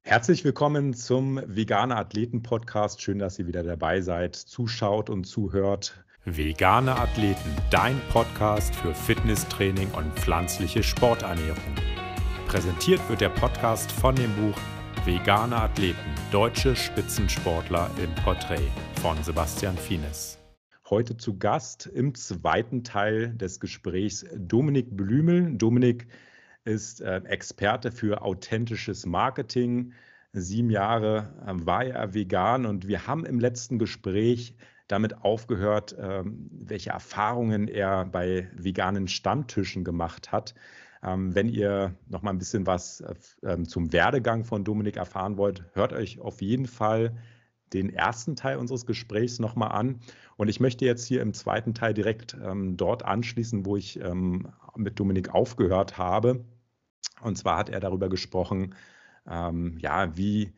Herzlich willkommen zum Veganer Athleten Podcast. Schön, dass ihr wieder dabei seid, zuschaut und zuhört. Veganer Athleten, dein Podcast für Fitnesstraining und pflanzliche Sporternährung. Präsentiert wird der Podcast von dem Buch Veganer Athleten, deutsche Spitzensportler im Porträt von Sebastian Fienes. Heute zu Gast im zweiten Teil des Gesprächs Dominik Blümel. Dominik ist Experte für authentisches Marketing. 7 Jahre war er vegan und wir haben im letzten Gespräch damit aufgehört, welche Erfahrungen er bei veganen Stammtischen gemacht hat. Wenn ihr noch mal ein bisschen was zum Werdegang von Dominik erfahren wollt, hört euch auf jeden Fall den ersten Teil unseres Gesprächs noch mal an. Und ich möchte jetzt hier im zweiten Teil direkt dort anschließen, wo ich mit Dominik aufgehört habe. Und zwar hat er darüber gesprochen, wie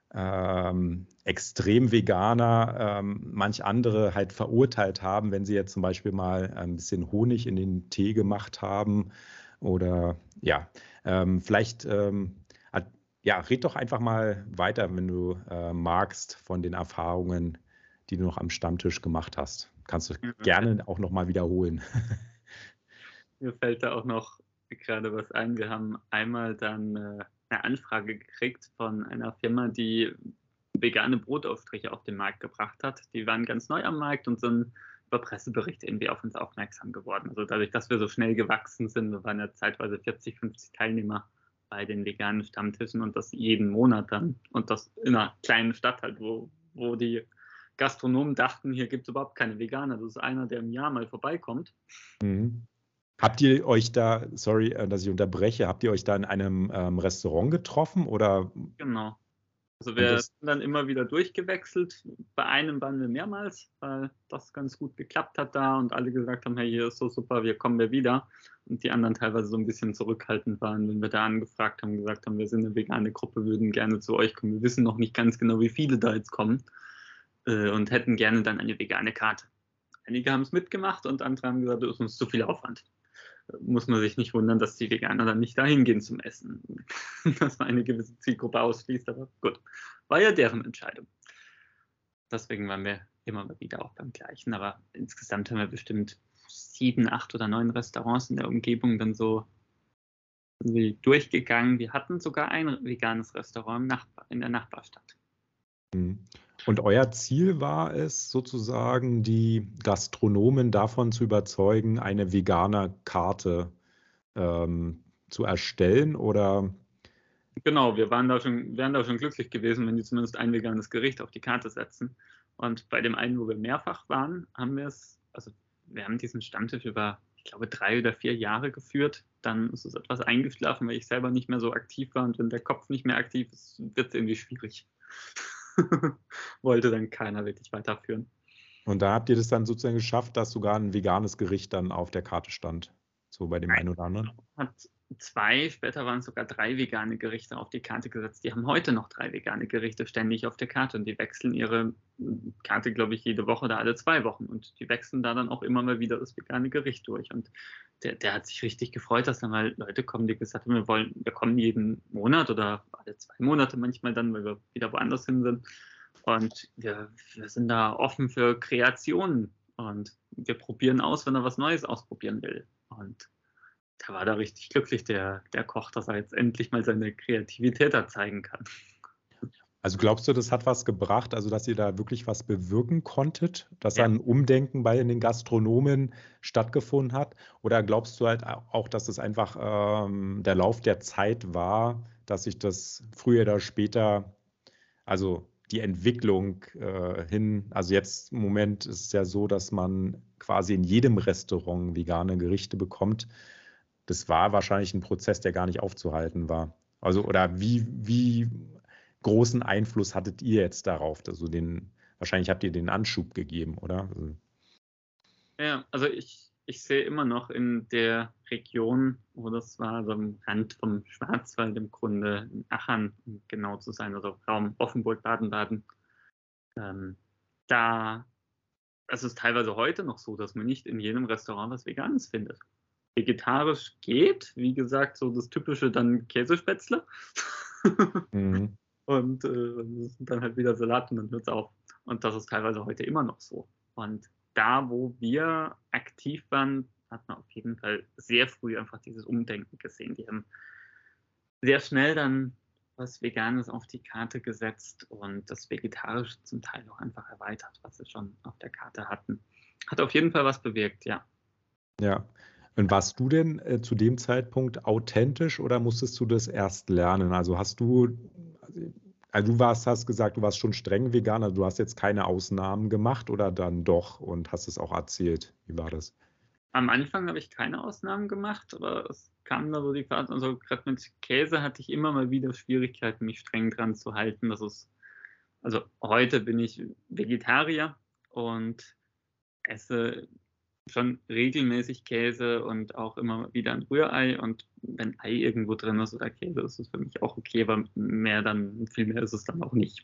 extrem Veganer manch andere halt verurteilt haben, wenn sie jetzt zum Beispiel mal ein bisschen Honig in den Tee gemacht haben oder red doch einfach mal weiter, wenn du magst, von den Erfahrungen, die du noch am Stammtisch gemacht hast. Kannst du gerne auch noch mal wiederholen. Mir fällt da auch noch gerade was ein. Wir haben einmal dann eine Anfrage gekriegt von einer Firma, die vegane Brotaufstriche auf den Markt gebracht hat. Die waren ganz neu am Markt und sind über Presseberichte irgendwie auf uns aufmerksam geworden. Also dadurch, dass wir so schnell gewachsen sind, wir waren ja zeitweise 40, 50 Teilnehmer bei den veganen Stammtischen und das jeden Monat dann. Und das in einer kleinen Stadt halt, wo die Gastronomen dachten, hier gibt es überhaupt keine Veganer. Das ist einer, der im Jahr mal vorbeikommt. Mhm. Habt ihr euch da, sorry, dass ich unterbreche, habt ihr euch da in einem Restaurant getroffen oder? Genau. Also wir sind dann immer wieder durchgewechselt. Bei einem waren wir mehrmals, weil das ganz gut geklappt hat da und alle gesagt haben, hey, hier ist so super, wir kommen wieder. Und die anderen teilweise so ein bisschen zurückhaltend waren, wenn wir da angefragt haben, gesagt haben, wir sind eine vegane Gruppe, würden gerne zu euch kommen. Wir wissen noch nicht ganz genau, wie viele da jetzt kommen und hätten gerne dann eine vegane Karte. Einige haben es mitgemacht und andere haben gesagt, das ist uns zu viel Aufwand. Muss man sich nicht wundern, dass die Veganer dann nicht dahin gehen zum Essen. Dass man eine gewisse Zielgruppe ausschließt, aber gut, war ja deren Entscheidung. Deswegen waren wir immer mal wieder auch beim Gleichen, aber insgesamt haben wir bestimmt 7, 8 oder 9 Restaurants in der Umgebung dann so durchgegangen. Wir hatten sogar ein veganes Restaurant in der Nachbarstadt. Und euer Ziel war es sozusagen, die Gastronomen davon zu überzeugen, eine vegane Karte zu erstellen, oder? Genau, wir wären da schon glücklich gewesen, wenn die zumindest ein veganes Gericht auf die Karte setzen. Und bei dem einen, wo wir mehrfach waren, wir haben diesen Stammtisch über, ich glaube, 3 oder 4 Jahre geführt. Dann ist es etwas eingeschlafen, weil ich selber nicht mehr so aktiv war. Und wenn der Kopf nicht mehr aktiv ist, wird es irgendwie schwierig. Wollte dann keiner wirklich weiterführen. Und da habt ihr das dann sozusagen geschafft, dass sogar ein veganes Gericht dann auf der Karte stand, so bei dem einen oder anderen? Hat 2, später waren es sogar 3 vegane Gerichte auf die Karte gesetzt. Die haben heute noch 3 vegane Gerichte ständig auf der Karte und die wechseln ihre Karte, glaube ich, jede Woche oder alle 2 Wochen und die wechseln da dann auch immer mal wieder das vegane Gericht durch und der hat sich richtig gefreut, dass dann mal Leute kommen, die gesagt haben, wir kommen jeden Monat oder alle 2 Monate manchmal dann, weil wir wieder woanders hin sind und wir sind da offen für Kreationen und wir probieren aus, wenn er was Neues ausprobieren will und da war er richtig glücklich, der Koch, dass er jetzt endlich mal seine Kreativität da zeigen kann. Also glaubst du, das hat was gebracht, also dass ihr da wirklich was bewirken konntet, dass da ein Umdenken bei den Gastronomen stattgefunden hat? Oder glaubst du halt auch, dass es einfach der Lauf der Zeit war, dass sich das früher oder später, also die Entwicklung also jetzt im Moment ist es ja so, dass man quasi in jedem Restaurant vegane Gerichte bekommt. Das war wahrscheinlich ein Prozess, der gar nicht aufzuhalten war. Also, oder wie großen Einfluss hattet ihr jetzt darauf? Also wahrscheinlich habt ihr den Anschub gegeben, oder? Ja, also ich sehe immer noch in der Region, wo das war, also am Rand vom Schwarzwald im Grunde, in Achern, um genau zu sein, also Raum Offenburg, Baden-Baden, es ist teilweise heute noch so, dass man nicht in jedem Restaurant was Veganes findet. Vegetarisch geht, wie gesagt, so das typische dann Käsespätzle. und dann halt wieder Salat und dann hört es auf. Und das ist teilweise heute immer noch so. Und da, wo wir aktiv waren, hat man auf jeden Fall sehr früh einfach dieses Umdenken gesehen. Die haben sehr schnell dann was Veganes auf die Karte gesetzt und das Vegetarische zum Teil auch einfach erweitert, was sie schon auf der Karte hatten. Hat auf jeden Fall was bewirkt, ja. Ja. Und warst du denn zu dem Zeitpunkt authentisch oder musstest du das erst lernen? Also hast du hast gesagt, du warst schon streng vegan, also du hast jetzt keine Ausnahmen gemacht oder dann doch und hast es auch erzählt. Wie war das? Am Anfang habe ich keine Ausnahmen gemacht, aber es kam da so die Phase, also gerade mit Käse hatte ich immer mal wieder Schwierigkeiten, mich streng dran zu halten. Also heute bin ich Vegetarier und esse schon regelmäßig Käse und auch immer wieder ein Rührei. Und wenn Ei irgendwo drin ist oder Käse, ist es für mich auch okay, aber viel mehr ist es dann auch nicht.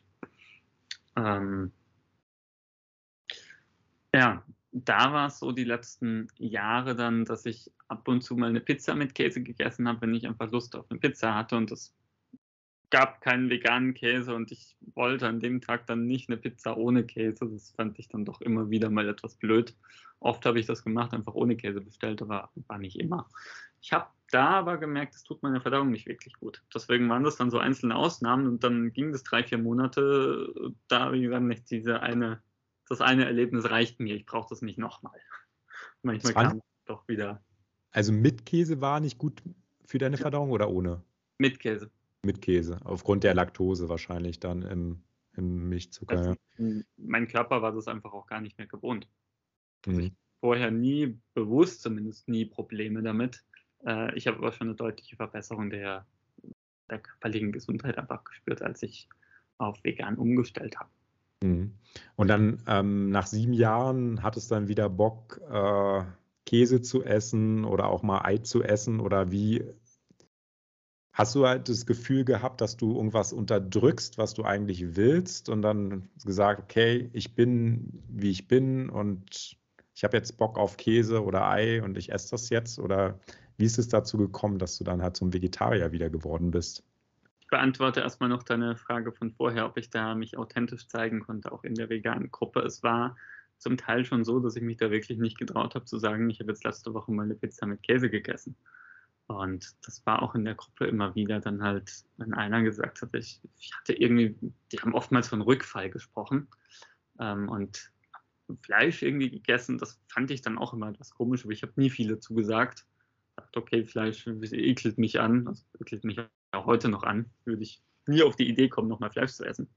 Ja, da war es so die letzten Jahre dann, dass ich ab und zu mal eine Pizza mit Käse gegessen habe, wenn ich einfach Lust auf eine Pizza hatte und es gab keinen veganen Käse und ich wollte an dem Tag dann nicht eine Pizza ohne Käse. Das fand ich dann doch immer wieder mal etwas blöd. Oft habe ich das gemacht, einfach ohne Käse bestellt, aber war nicht immer. Ich habe da aber gemerkt, es tut meiner Verdauung nicht wirklich gut. Deswegen waren das dann so einzelne Ausnahmen und dann ging das 3-4 Monate. Da, wie gesagt, nicht das eine Erlebnis reicht mir. Ich brauche das nicht nochmal. Manchmal kam es doch wieder. Also mit Käse war nicht gut für deine Verdauung oder ohne? Mit Käse. Mit Käse, aufgrund der Laktose wahrscheinlich dann im Milchzucker. Mein Körper war das einfach auch gar nicht mehr gewohnt. Also Mhm. ich vorher nie bewusst, zumindest nie Probleme damit. Ich habe aber schon eine deutliche Verbesserung der körperlichen Gesundheit einfach gespürt, als ich auf vegan umgestellt habe. Mhm. Und dann nach 7 Jahren hattest du dann wieder Bock, Käse zu essen oder auch mal Ei zu essen oder wie? Hast du halt das Gefühl gehabt, dass du irgendwas unterdrückst, was du eigentlich willst und dann gesagt, okay, ich bin, wie ich bin und ich habe jetzt Bock auf Käse oder Ei und ich esse das jetzt? Oder wie ist es dazu gekommen, dass du dann halt zum Vegetarier wieder geworden bist? Ich beantworte erstmal noch deine Frage von vorher, ob ich da mich authentisch zeigen konnte, auch in der veganen Gruppe. Es war zum Teil schon so, dass ich mich da wirklich nicht getraut habe zu sagen, ich habe jetzt letzte Woche mal eine Pizza mit Käse gegessen. Und das war auch in der Gruppe immer wieder dann halt, wenn einer gesagt hat, ich hatte irgendwie, die haben oftmals von Rückfall gesprochen und Fleisch irgendwie gegessen. Das fand ich dann auch immer etwas komisch, aber ich habe nie viele zugesagt. Ich dachte, okay, Fleisch ekelt mich an, also ekelt mich auch heute noch an, würde ich nie auf die Idee kommen, nochmal Fleisch zu essen.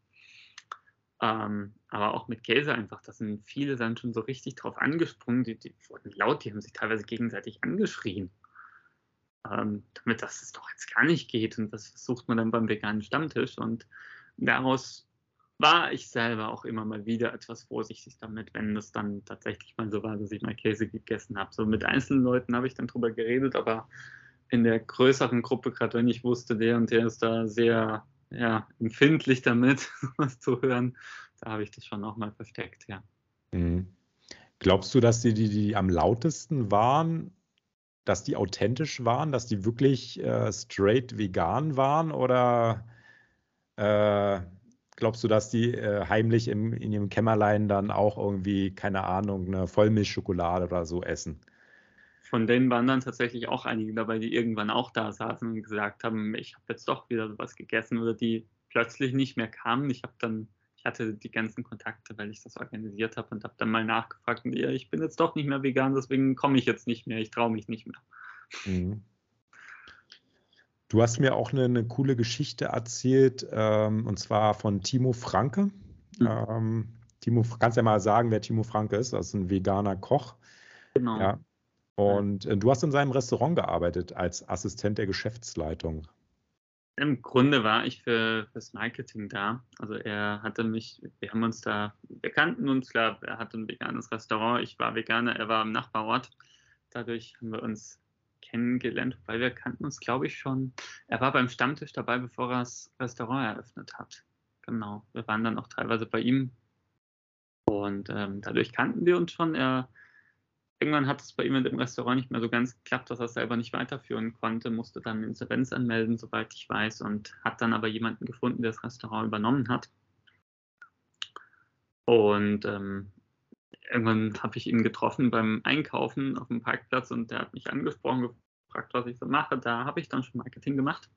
Aber auch mit Käse einfach, da sind viele dann schon so richtig drauf angesprungen, die wurden laut, die haben sich teilweise gegenseitig angeschrien. Damit das doch jetzt gar nicht geht. Und das versucht man dann beim veganen Stammtisch. Und daraus war ich selber auch immer mal wieder etwas vorsichtig damit, wenn es dann tatsächlich mal so war, dass ich mal Käse gegessen habe. So mit einzelnen Leuten habe ich dann drüber geredet, aber in der größeren Gruppe, gerade wenn ich wusste, der und der ist da sehr empfindlich damit, was zu hören, da habe ich das schon auch mal versteckt, ja. Mhm. Glaubst du, dass die am lautesten waren, dass die authentisch waren, dass die wirklich straight vegan waren oder glaubst du, dass die heimlich in ihrem Kämmerlein dann auch irgendwie, keine Ahnung, eine Vollmilchschokolade oder so essen? Von denen waren dann tatsächlich auch einige dabei, die irgendwann auch da saßen und gesagt haben, ich habe jetzt doch wieder was gegessen oder die plötzlich nicht mehr kamen. Ich hatte die ganzen Kontakte, weil ich das organisiert habe und habe dann mal nachgefragt und ja, ich bin jetzt doch nicht mehr vegan, deswegen komme ich jetzt nicht mehr, ich traue mich nicht mehr. Mhm. Du hast mir auch eine coole Geschichte erzählt, und zwar von Timo Franke. Timo, kannst ja mal sagen, wer Timo Franke ist? Das ist ein veganer Koch. Genau. Ja. Und du hast in seinem Restaurant gearbeitet als Assistent der Geschäftsleitung. Im Grunde war ich fürs Marketing da. Also wir kannten uns, klar, er hatte ein veganes Restaurant, ich war Veganer, er war im Nachbarort. Dadurch haben wir uns kennengelernt, weil wir kannten uns, glaube ich, schon. Er war beim Stammtisch dabei, bevor er das Restaurant eröffnet hat. Genau, wir waren dann auch teilweise bei ihm und dadurch kannten wir uns schon. Er irgendwann hat es bei ihm in dem Restaurant nicht mehr so ganz geklappt, dass er es selber nicht weiterführen konnte, musste dann Insolvenz anmelden, soweit ich weiß, und hat dann aber jemanden gefunden, der das Restaurant übernommen hat. Und irgendwann habe ich ihn getroffen beim Einkaufen auf dem Parkplatz und der hat mich angesprochen, gefragt, was ich so mache. Da habe ich dann schon Marketing gemacht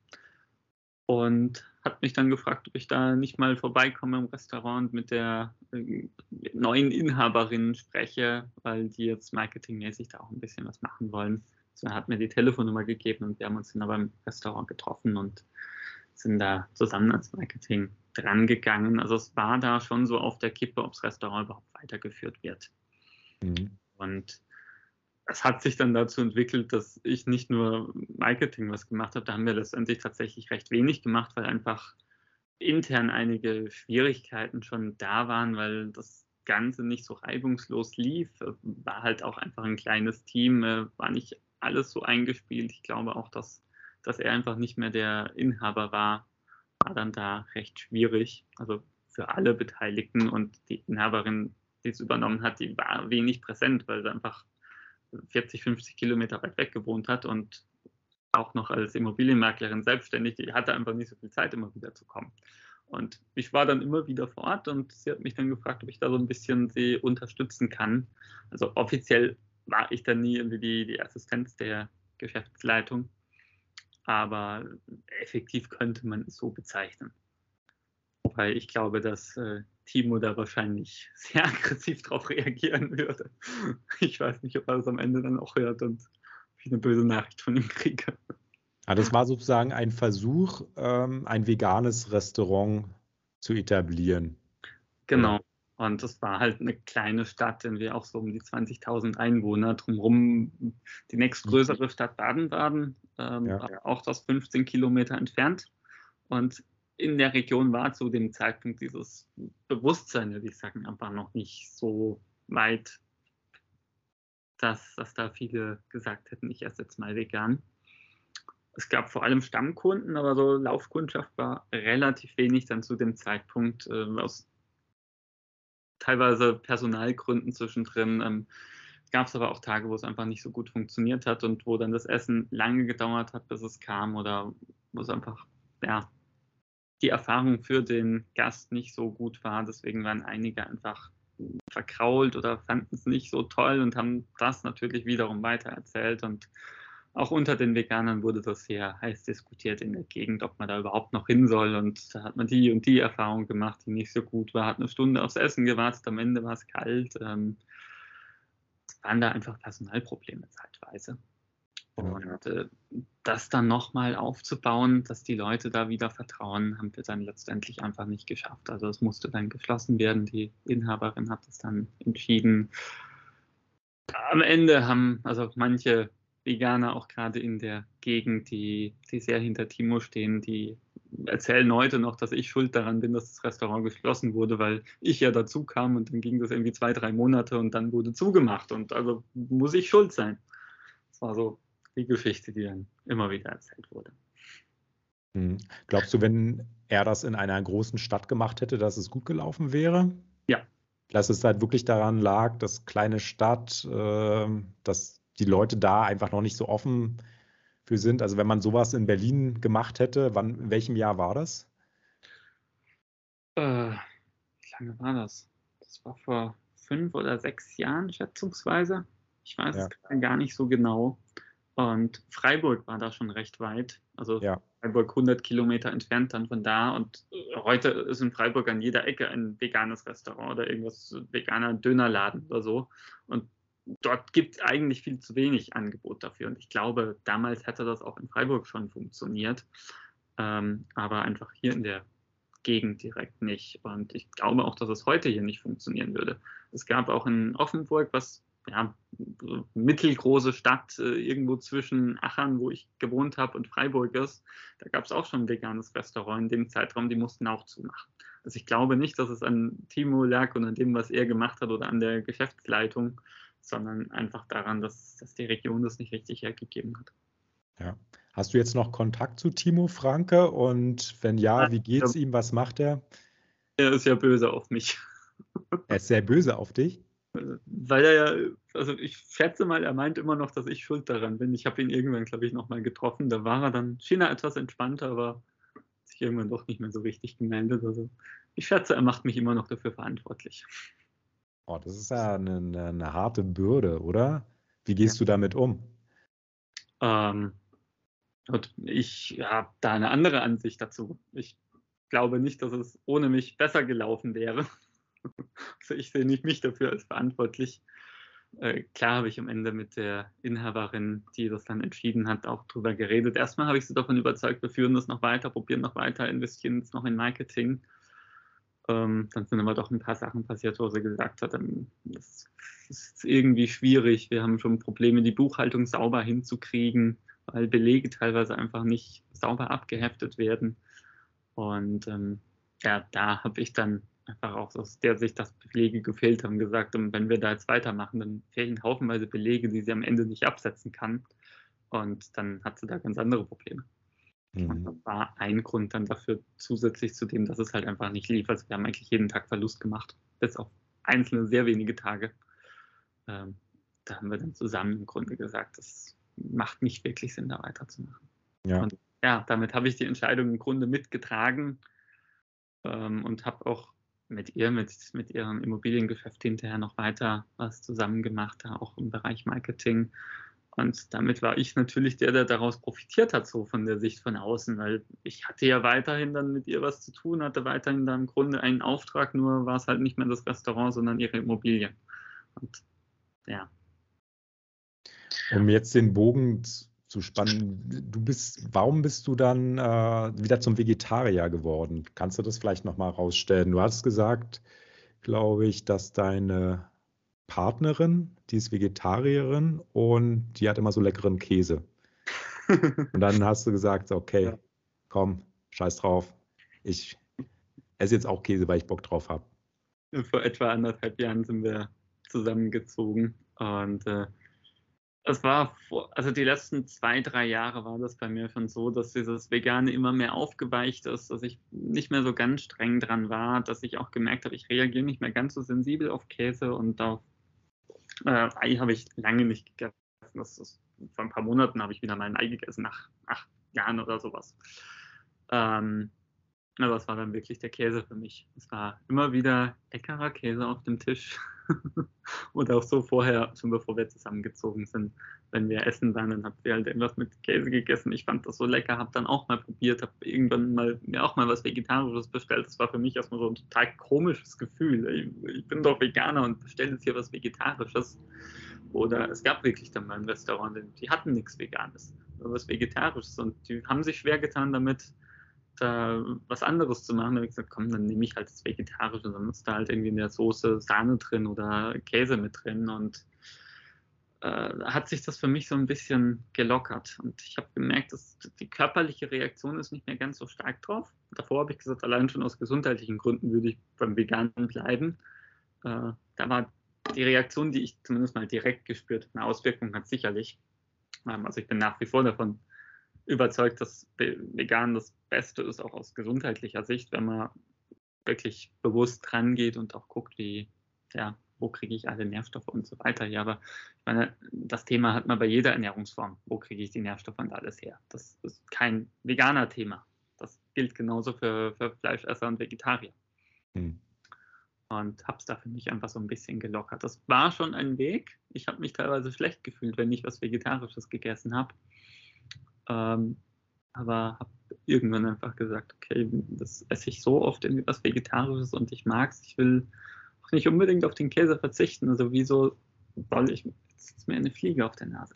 und hat mich dann gefragt, ob ich da nicht mal vorbeikomme im Restaurant und mit der neuen Inhaberin spreche, weil die jetzt marketingmäßig da auch ein bisschen was machen wollen. So, er hat mir die Telefonnummer gegeben und wir haben uns dann aber im Restaurant getroffen und sind da zusammen ans Marketing dran gegangen. Also es war da schon so auf der Kippe, ob das Restaurant überhaupt weitergeführt wird. Mhm. Und es hat sich dann dazu entwickelt, dass ich nicht nur Marketing was gemacht habe, da haben wir letztendlich tatsächlich recht wenig gemacht, weil einfach intern einige Schwierigkeiten schon da waren, weil das Ganze nicht so reibungslos lief. War halt auch einfach ein kleines Team, war nicht alles so eingespielt. Ich glaube auch, dass er einfach nicht mehr der Inhaber war dann da recht schwierig. Also für alle Beteiligten, und die Inhaberin, die es übernommen hat, die war wenig präsent, weil sie einfach 40, 50 Kilometer weit weg gewohnt hat und auch noch als Immobilienmaklerin selbstständig, die hatte einfach nicht so viel Zeit, immer wieder zu kommen. Und ich war dann immer wieder vor Ort und sie hat mich dann gefragt, ob ich da so ein bisschen sie unterstützen kann. Also offiziell war ich dann nie irgendwie die Assistenz der Geschäftsleitung, aber effektiv könnte man es so bezeichnen. Wobei ich glaube, dass Timo da wahrscheinlich sehr aggressiv darauf reagieren würde. Ich weiß nicht, ob er das am Ende dann auch hört und ich eine böse Nachricht von ihm kriege. Ah, das war sozusagen ein Versuch, ein veganes Restaurant zu etablieren. Genau. Und das war halt eine kleine Stadt, in der auch so um die 20.000 Einwohner drumherum. Die nächstgrößere Stadt Baden-Baden, war auch das 15 Kilometer entfernt. Und in der Region war zu dem Zeitpunkt dieses Bewusstsein, würde ich sagen, einfach noch nicht so weit, dass da viele gesagt hätten, ich esse jetzt mal vegan. Es gab vor allem Stammkunden, aber so Laufkundschaft war relativ wenig dann zu dem Zeitpunkt, aus teilweise Personalgründen zwischendrin. Gab es aber auch Tage, wo es einfach nicht so gut funktioniert hat und wo dann das Essen lange gedauert hat, bis es kam, oder wo es einfach, die Erfahrung für den Gast nicht so gut war. Deswegen waren einige einfach verkrault oder fanden es nicht so toll und haben das natürlich wiederum weitererzählt. Und auch unter den Veganern wurde das sehr heiß diskutiert in der Gegend, ob man da überhaupt noch hin soll. Und da hat man die und die Erfahrung gemacht, die nicht so gut war, hat eine Stunde aufs Essen gewartet, am Ende war es kalt. Es waren da einfach Personalprobleme zeitweise. Und das dann nochmal aufzubauen, dass die Leute da wieder vertrauen, haben wir dann letztendlich einfach nicht geschafft. Also es musste dann geschlossen werden. Die Inhaberin hat es dann entschieden. Am Ende haben also manche Veganer auch gerade in der Gegend, die sehr hinter Timo stehen, die erzählen heute noch, dass ich schuld daran bin, dass das Restaurant geschlossen wurde, weil ich ja dazu kam und dann ging das irgendwie 2, 3 Monate und dann wurde zugemacht und also muss ich schuld sein. Das war so die Geschichte, die dann immer wieder erzählt wurde. Glaubst du, wenn er das in einer großen Stadt gemacht hätte, dass es gut gelaufen wäre? Ja. Dass es halt wirklich daran lag, dass kleine Stadt, dass die Leute da einfach noch nicht so offen für sind. Also wenn man sowas in Berlin gemacht hätte, in welchem Jahr war das? Wie lange war das? Das war vor 5 oder 6 Jahren schätzungsweise. Ich weiß es gar nicht so genau. Und Freiburg war da schon recht weit. Also Freiburg 100 Kilometer entfernt dann von da. Und heute ist in Freiburg an jeder Ecke ein veganes Restaurant oder irgendwas, veganer Dönerladen oder so. Und dort gibt es eigentlich viel zu wenig Angebot dafür. Und ich glaube, damals hätte das auch in Freiburg schon funktioniert. Aber einfach hier in der Gegend direkt nicht. Und ich glaube auch, dass es heute hier nicht funktionieren würde. Es gab auch in Offenburg, was mittelgroße Stadt, irgendwo zwischen Achern, wo ich gewohnt habe, und Freiburg ist, da gab es auch schon ein veganes Restaurant in dem Zeitraum, die mussten auch zumachen. Also ich glaube nicht, dass es an Timo lag und an dem, was er gemacht hat oder an der Geschäftsleitung, sondern einfach daran, dass die Region das nicht richtig hergegeben hat. Ja. Hast du jetzt noch Kontakt zu Timo Franke? Und wenn ja, wie geht's ihm? Was macht er? Er ist ja böse auf mich. Er ist sehr böse auf dich? Weil er ja, also ich schätze mal, er meint immer noch, dass ich schuld daran bin. Ich habe ihn irgendwann, glaube ich, nochmal getroffen. Da war er dann, schien er etwas entspannter, aber hat sich irgendwann doch nicht mehr so richtig gemeldet. Also ich schätze, er macht mich immer noch dafür verantwortlich. Oh, das ist ja eine harte Bürde, oder? Wie Ja. gehst du damit um? Und ich habe da eine andere Ansicht dazu. Ich glaube nicht, dass es ohne mich besser gelaufen wäre. Also ich sehe nicht mich dafür als verantwortlich. Klar habe ich am Ende mit der Inhaberin, die das dann entschieden hat, auch drüber geredet. Erstmal habe ich sie davon überzeugt, wir führen das noch weiter, probieren noch weiter, investieren jetzt noch in Marketing. Dann sind aber doch ein paar Sachen passiert, wo sie gesagt hat, das ist irgendwie schwierig. Wir haben schon Probleme, die Buchhaltung sauber hinzukriegen, weil Belege teilweise einfach nicht sauber abgeheftet werden. Und ja, da habe ich dann einfach auch aus der Sicht, dass Belege gefehlt haben, gesagt, und wenn wir da jetzt weitermachen, dann fehlen haufenweise Belege, die sie am Ende nicht absetzen kann. Und dann hat sie da ganz andere Probleme. Und das war ein Grund dann dafür, zusätzlich zu dem, dass es halt einfach nicht lief. Also wir haben eigentlich jeden Tag Verlust gemacht, bis auf einzelne, sehr wenige Tage. Da haben wir dann zusammen im Grunde gesagt, das macht nicht wirklich Sinn, da weiterzumachen. Ja. Und ja, damit habe ich die Entscheidung im Grunde mitgetragen und habe auch mit ihr, mit ihrem Immobiliengeschäft hinterher noch weiter was zusammen gemacht, auch im Bereich Marketing. Und damit war ich natürlich der daraus profitiert hat, so von der Sicht von außen, weil ich hatte ja weiterhin dann mit ihr was zu tun, hatte weiterhin dann im Grunde einen Auftrag, nur war es halt nicht mehr das Restaurant, sondern ihre Immobilie. Und ja. Um jetzt den Bogen zu spannen, warum bist du dann wieder zum Vegetarier geworden? Kannst du das vielleicht nochmal rausstellen? Du hast gesagt, glaube ich, dass deine Partnerin, die ist Vegetarierin und die hat immer so leckeren Käse. Und dann hast du gesagt, okay, Ja. Komm, scheiß drauf. Ich esse jetzt auch Käse, weil ich Bock drauf habe. Vor etwa 1,5 Jahren sind wir zusammengezogen und es war, also die letzten 2, 3 Jahre war das bei mir schon so, dass dieses Vegane immer mehr aufgeweicht ist, dass ich nicht mehr so ganz streng dran war, dass ich auch gemerkt habe, ich reagiere nicht mehr ganz so sensibel auf Käse und auf Ei habe ich lange nicht gegessen. Vor ein paar Monaten habe ich wieder mal ein Ei gegessen, nach 8 Jahren oder sowas. Aber es war dann wirklich der Käse für mich. Es war immer wieder leckerer Käse auf dem Tisch. Und auch so vorher, schon bevor wir zusammengezogen sind, wenn wir essen waren, dann habt ihr halt irgendwas mit Käse gegessen. Ich fand das so lecker, habe dann auch mal probiert, habe irgendwann mir auch mal was Vegetarisches bestellt. Das war für mich erstmal so ein total komisches Gefühl. Ich bin doch Veganer und bestelle jetzt hier was Vegetarisches. Oder es gab wirklich dann mal ein Restaurant, die hatten nichts Veganes, nur was Vegetarisches. Und die haben sich schwer getan damit, da was anderes zu machen. Da habe ich gesagt, komm, dann nehme ich halt das Vegetarische, dann ist da halt irgendwie in der Soße Sahne drin oder Käse mit drin und hat sich das für mich so ein bisschen gelockert. Und ich habe gemerkt, dass die körperliche Reaktion ist nicht mehr ganz so stark drauf. Davor habe ich gesagt, allein schon aus gesundheitlichen Gründen würde ich beim Veganen bleiben. Da war die Reaktion, die ich zumindest mal direkt gespürt habe, eine Auswirkung hat sicherlich. Also ich bin nach wie vor davon überzeugt, dass vegan das Beste ist, auch aus gesundheitlicher Sicht, wenn man wirklich bewusst dran geht und auch guckt, wo kriege ich alle Nährstoffe und so weiter. Ja, aber ich meine, das Thema hat man bei jeder Ernährungsform. Wo kriege ich die Nährstoffe und alles her? Das ist kein veganer Thema. Das gilt genauso für Fleischesser und Vegetarier. Und habe es da für mich einfach so ein bisschen gelockert. Das war schon ein Weg. Ich habe mich teilweise schlecht gefühlt, wenn ich was Vegetarisches gegessen habe. Aber habe irgendwann einfach gesagt, okay, das esse ich so oft irgendwie was Vegetarisches und ich mag es. Ich will auch nicht unbedingt auf den Käse verzichten. Also wieso soll ich, jetzt ist mir eine Fliege auf der Nase.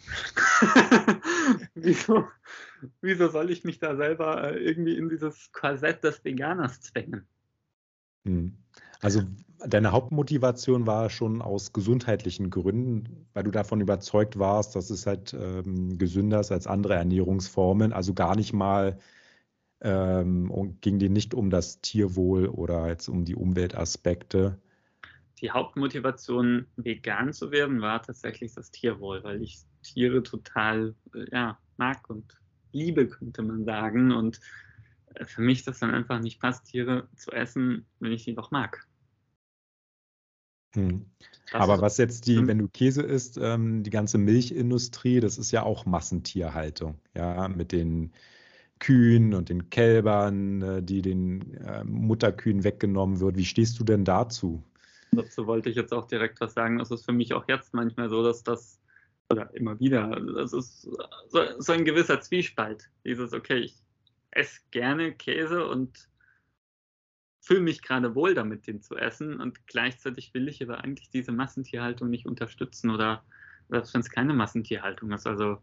wieso soll ich mich da selber irgendwie in dieses Korsett des Veganers zwängen? Also deine Hauptmotivation war schon aus gesundheitlichen Gründen, weil du davon überzeugt warst, dass es halt gesünder ist als andere Ernährungsformen. Also gar nicht mal ging dir nicht um das Tierwohl oder jetzt um die Umweltaspekte. Die Hauptmotivation, vegan zu werden, war tatsächlich das Tierwohl, weil ich Tiere total mag und liebe, könnte man sagen. Und für mich das dann einfach nicht passt, Tiere zu essen, wenn ich sie doch mag. Hm. Das Aber ist was jetzt wenn du Käse isst, die ganze Milchindustrie, das ist ja auch Massentierhaltung, ja, mit den Kühen und den Kälbern, die den Mutterkühen weggenommen wird. Wie stehst du denn dazu? Dazu wollte ich jetzt auch direkt was sagen. Es ist für mich auch jetzt manchmal so, dass das, oder immer wieder, das ist so ein gewisser Zwiespalt. Dieses, okay, ich esse gerne Käse und fühle mich gerade wohl damit, den zu essen, und gleichzeitig will ich aber eigentlich diese Massentierhaltung nicht unterstützen, oder selbst wenn es keine Massentierhaltung ist. Also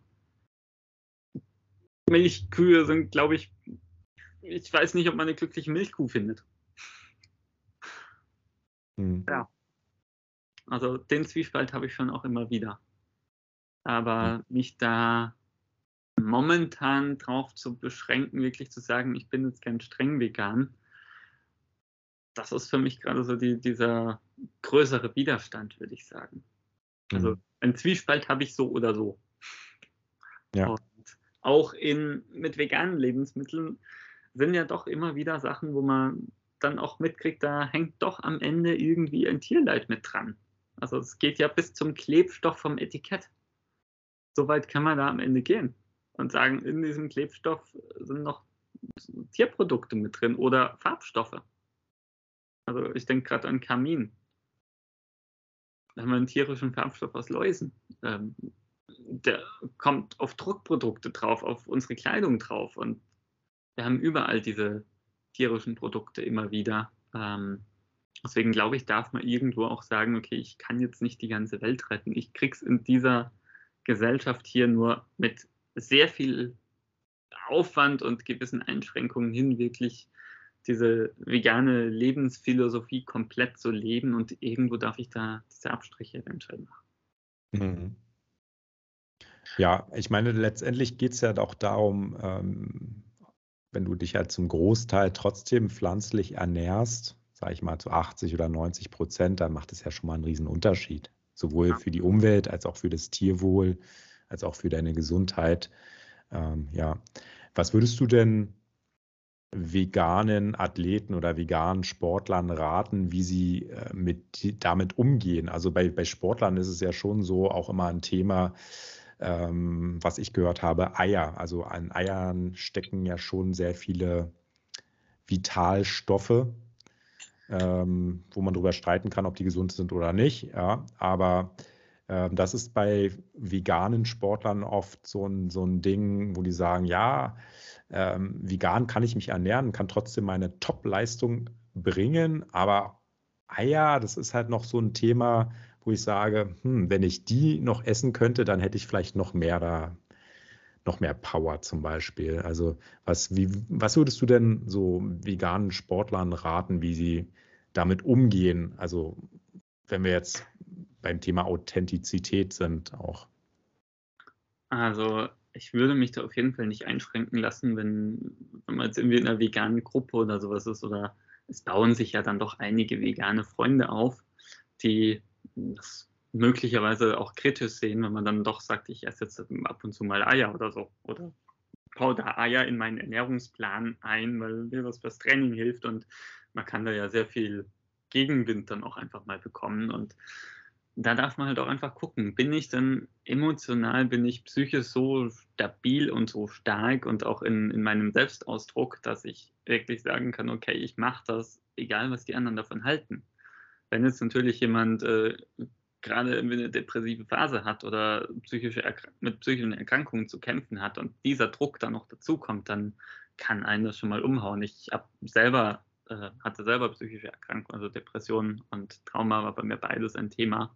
Milchkühe sind, glaube ich weiß nicht, ob man eine glückliche Milchkuh findet. Hm. Ja, also den Zwiespalt habe ich schon auch immer wieder. Aber mich da momentan drauf zu beschränken, wirklich zu sagen, ich bin jetzt ganz streng vegan, das ist für mich gerade so dieser größere Widerstand, würde ich sagen. Also Hm. einen Zwiespalt habe ich so oder so. Ja. Und auch mit veganen Lebensmitteln sind ja doch immer wieder Sachen, wo man dann auch mitkriegt, da hängt doch am Ende irgendwie ein Tierleid mit dran. Also es geht ja bis zum Klebstoff vom Etikett. So weit kann man da am Ende gehen und sagen, in diesem Klebstoff sind noch Tierprodukte mit drin oder Farbstoffe. Also ich denke gerade an Kamin. Da haben wir einen tierischen Farbstoff aus Läusen. Der kommt auf Druckprodukte drauf, auf unsere Kleidung drauf, und wir haben überall diese tierischen Produkte immer wieder. Deswegen glaube ich, darf man irgendwo auch sagen, okay, ich kann jetzt nicht die ganze Welt retten. Ich krieg's in dieser Gesellschaft hier nur mit sehr viel Aufwand und gewissen Einschränkungen hin, wirklich diese vegane Lebensphilosophie komplett zu leben, und irgendwo darf ich da diese Abstriche eventuell machen. Mhm. Ja, ich meine, letztendlich geht es ja auch darum, wenn du dich halt zum Großteil trotzdem pflanzlich ernährst, sage ich mal zu 80 oder 90%, dann macht es ja schon mal einen riesen Unterschied. Sowohl für die Umwelt als auch für das Tierwohl, als auch für deine Gesundheit. Ja. Was würdest du denn veganen Athleten oder veganen Sportlern raten, wie sie damit umgehen? Also bei Sportlern ist es ja schon so auch immer ein Thema, was ich gehört habe, Eier. Also an Eiern stecken ja schon sehr viele Vitalstoffe, wo man darüber streiten kann, ob die gesund sind oder nicht. Ja, aber das ist bei veganen Sportlern oft so ein Ding, wo die sagen, ja, vegan kann ich mich ernähren, kann trotzdem meine Top-Leistung bringen, aber Eier, das ist halt noch so ein Thema, wo ich sage, wenn ich die noch essen könnte, dann hätte ich vielleicht noch mehr Power zum Beispiel. Also was würdest du denn so veganen Sportlern raten, wie sie damit umgehen? Also wenn wir jetzt beim Thema Authentizität sind auch. Also ich würde mich da auf jeden Fall nicht einschränken lassen, wenn man jetzt irgendwie in einer veganen Gruppe oder sowas ist, oder es bauen sich ja dann doch einige vegane Freunde auf, die das möglicherweise auch kritisch sehen, wenn man dann doch sagt, ich esse jetzt ab und zu mal Eier oder so, oder baue da Eier in meinen Ernährungsplan ein, weil mir das fürs Training hilft, und man kann da ja sehr viel Gegenwind dann auch einfach mal bekommen, und da darf man halt auch einfach gucken, bin ich denn emotional, bin ich psychisch so stabil und so stark und auch in meinem Selbstausdruck, dass ich wirklich sagen kann, okay, ich mache das, egal was die anderen davon halten. Wenn jetzt natürlich jemand gerade irgendwie eine depressive Phase hat oder mit psychischen Erkrankungen zu kämpfen hat und dieser Druck dann noch dazukommt, dann kann einen das schon mal umhauen. Ich hatte selber psychische Erkrankungen, also Depressionen und Trauma war bei mir beides ein Thema.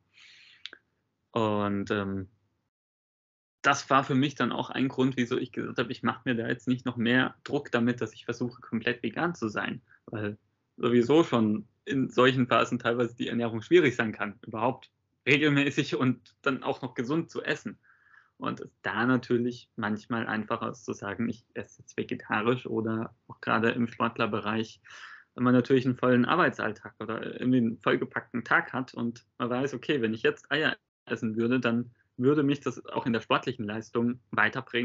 Und das war für mich dann auch ein Grund, wieso ich gesagt habe, ich mache mir da jetzt nicht noch mehr Druck damit, dass ich versuche, komplett vegan zu sein. Weil sowieso schon in solchen Phasen teilweise die Ernährung schwierig sein kann, überhaupt regelmäßig und dann auch noch gesund zu essen. Und es da natürlich manchmal einfacher ist zu sagen, ich esse jetzt vegetarisch, oder auch gerade im Sportlerbereich, wenn man natürlich einen vollen Arbeitsalltag oder irgendwie einen vollgepackten Tag hat und man weiß, okay, wenn ich jetzt Eier essen würde, dann würde mich das auch in der sportlichen Leistung weiterbringen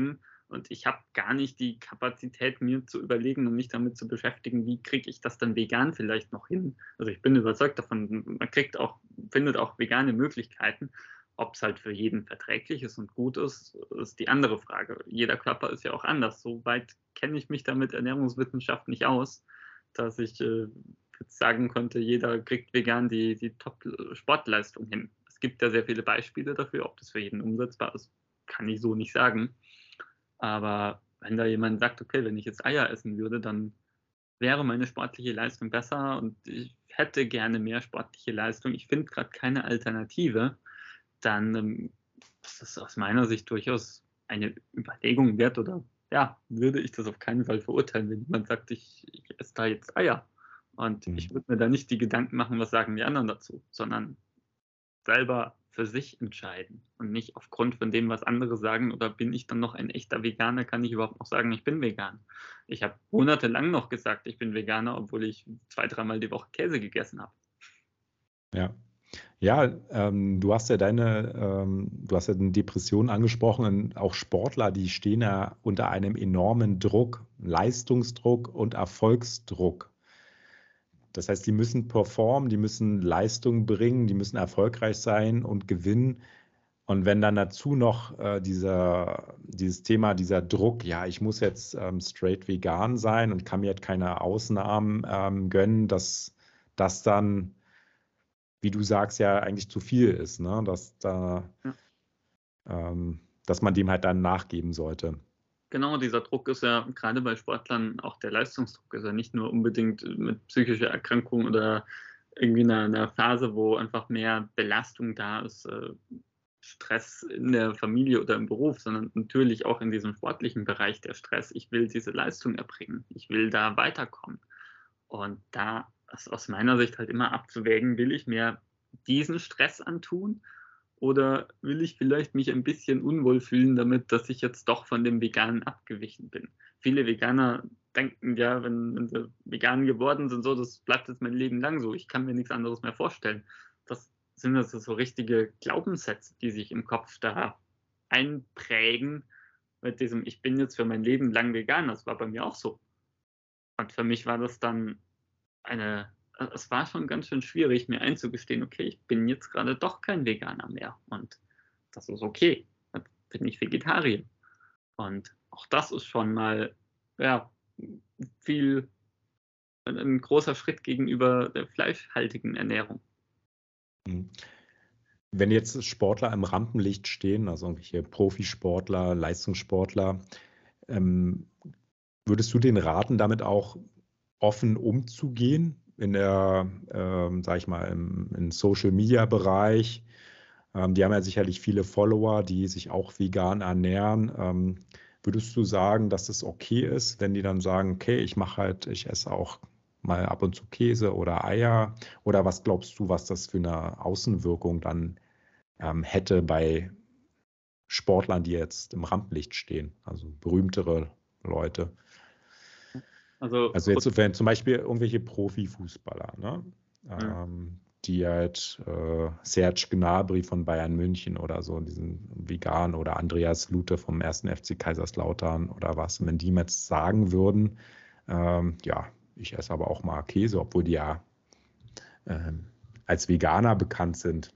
Und ich habe gar nicht die Kapazität, mir zu überlegen und mich damit zu beschäftigen, wie kriege ich das dann vegan vielleicht noch hin. Also ich bin überzeugt davon, man findet auch vegane Möglichkeiten. Ob es halt für jeden verträglich ist und gut ist, ist die andere Frage. Jeder Körper ist ja auch anders. So weit kenne ich mich damit Ernährungswissenschaft nicht aus, dass ich jetzt sagen könnte, jeder kriegt vegan die Top-Sportleistung hin. Es gibt ja sehr viele Beispiele dafür. Ob das für jeden umsetzbar ist, kann ich so nicht sagen. Aber wenn da jemand sagt, okay, wenn ich jetzt Eier essen würde, dann wäre meine sportliche Leistung besser und ich hätte gerne mehr sportliche Leistung, ich finde gerade keine Alternative, dann ist das aus meiner Sicht durchaus eine Überlegung wert oder ja, würde ich das auf keinen Fall verurteilen, wenn jemand sagt, ich esse da jetzt Eier. Und ich würde mir da nicht die Gedanken machen, was sagen die anderen dazu, sondern selber für sich entscheiden und nicht aufgrund von dem, was andere sagen, oder bin ich dann noch ein echter Veganer, kann ich überhaupt noch sagen, ich bin vegan. Ich habe monatelang noch gesagt, ich bin Veganer, obwohl ich 2-3 Mal die Woche Käse gegessen habe. Ja. Ja, du hast ja du hast ja eine Depression angesprochen und auch Sportler, die stehen ja unter einem enormen Druck, Leistungsdruck und Erfolgsdruck. Das heißt, die müssen performen, die müssen Leistung bringen, die müssen erfolgreich sein und gewinnen. Und wenn dann dazu noch dieses Thema, dieser Druck, ja, ich muss jetzt straight vegan sein und kann mir jetzt keine Ausnahmen gönnen, dass das dann, wie du sagst, ja eigentlich zu viel ist, ne? Dass man dem halt dann nachgeben sollte. Genau, dieser Druck ist ja gerade bei Sportlern, auch der Leistungsdruck ist ja nicht nur unbedingt mit psychischer Erkrankung oder irgendwie einer Phase, wo einfach mehr Belastung da ist, Stress in der Familie oder im Beruf, sondern natürlich auch in diesem sportlichen Bereich der Stress. Ich will diese Leistung erbringen, ich will da weiterkommen. Und da ist aus meiner Sicht halt immer abzuwägen, will ich mir diesen Stress antun oder will ich vielleicht mich ein bisschen unwohl fühlen damit, dass ich jetzt doch von dem Veganen abgewichen bin. Viele Veganer denken ja, wenn sie vegan geworden sind, so, das bleibt jetzt mein Leben lang so, ich kann mir nichts anderes mehr vorstellen. Das sind also so richtige Glaubenssätze, die sich im Kopf da einprägen mit diesem, ich bin jetzt für mein Leben lang vegan. Das war bei mir auch so. Und für mich war das dann es war schon ganz schön schwierig, mir einzugestehen, okay, ich bin jetzt gerade doch kein Veganer mehr. Und das ist okay. Dann bin ich Vegetarier. Und auch das ist schon mal, ja, ein großer Schritt gegenüber der fleischhaltigen Ernährung. Wenn jetzt Sportler im Rampenlicht stehen, also irgendwelche Profisportler, Leistungssportler, würdest du denen raten, damit auch offen umzugehen in der, sag ich mal, im Social-Media-Bereich? Die haben ja sicherlich viele Follower, die sich auch vegan ernähren. Würdest du sagen, dass das okay ist, wenn die dann sagen, okay, ich esse auch mal ab und zu Käse oder Eier? Oder was glaubst du, was das für eine Außenwirkung dann hätte bei Sportlern, die jetzt im Rampenlicht stehen, also berühmtere Leute? Also jetzt wenn zum Beispiel irgendwelche Profifußballer, ne? Die halt Serge Gnabry von Bayern München oder so, diesen Vegan, oder Andreas Lute vom 1. FC Kaiserslautern oder was, wenn die jetzt sagen würden, ja, ich esse aber auch mal Käse, obwohl die ja als Veganer bekannt sind.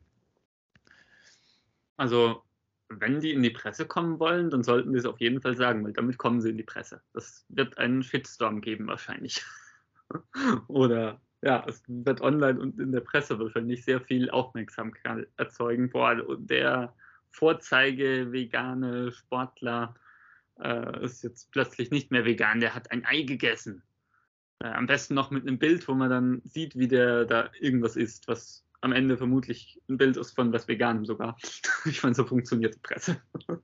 Also wenn die in die Presse kommen wollen, dann sollten die es auf jeden Fall sagen, weil damit kommen sie in die Presse. Das wird einen Shitstorm geben wahrscheinlich. Oder ja, es wird online und in der Presse wahrscheinlich sehr viel Aufmerksamkeit erzeugen. Boah, der Vorzeige-vegane Sportler ist jetzt plötzlich nicht mehr vegan, der hat ein Ei gegessen. Am besten noch mit einem Bild, wo man dann sieht, wie der da irgendwas isst, was am Ende vermutlich ein Bild ist von was Veganem sogar. Ich meine, so funktioniert die Presse.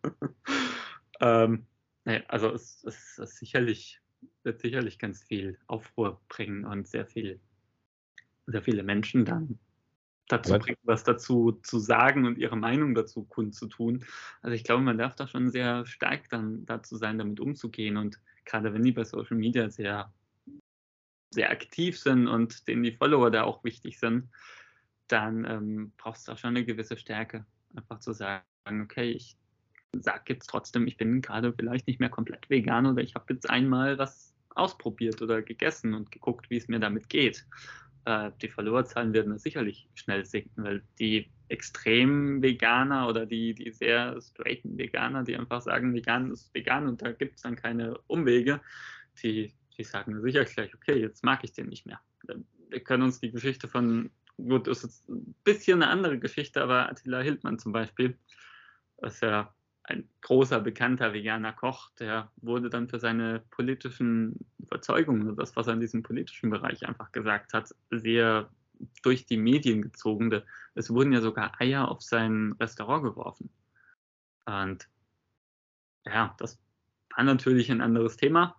Also es wird sicherlich ganz viel Aufruhr bringen und sehr viele Menschen dann dazu bringen, was dazu zu sagen und ihre Meinung dazu kundzutun. Also ich glaube, man darf da schon sehr stark dann dazu sein, damit umzugehen. Und gerade wenn die bei Social Media sehr, sehr aktiv sind und denen die Follower da auch wichtig sind, dann brauchst du auch schon eine gewisse Stärke, einfach zu sagen, okay, ich sage jetzt trotzdem, ich bin gerade vielleicht nicht mehr komplett vegan oder ich habe jetzt einmal was ausprobiert oder gegessen und geguckt, wie es mir damit geht. Die Followerzahlen werden sicherlich schnell sinken, weil die extrem Veganer oder die sehr straighten Veganer, die einfach sagen, vegan ist vegan und da gibt es dann keine Umwege, die sagen sicher gleich, okay, jetzt mag ich den nicht mehr. Wir können uns die Geschichte von, gut, das ist ein bisschen eine andere Geschichte, aber Attila Hildmann zum Beispiel, ist ja ein großer, bekannter veganer Koch, der wurde dann für seine politischen Überzeugungen, das, was er in diesem politischen Bereich einfach gesagt hat, sehr durch die Medien gezogen. Es wurden ja sogar Eier auf sein Restaurant geworfen. Und ja, das war natürlich ein anderes Thema,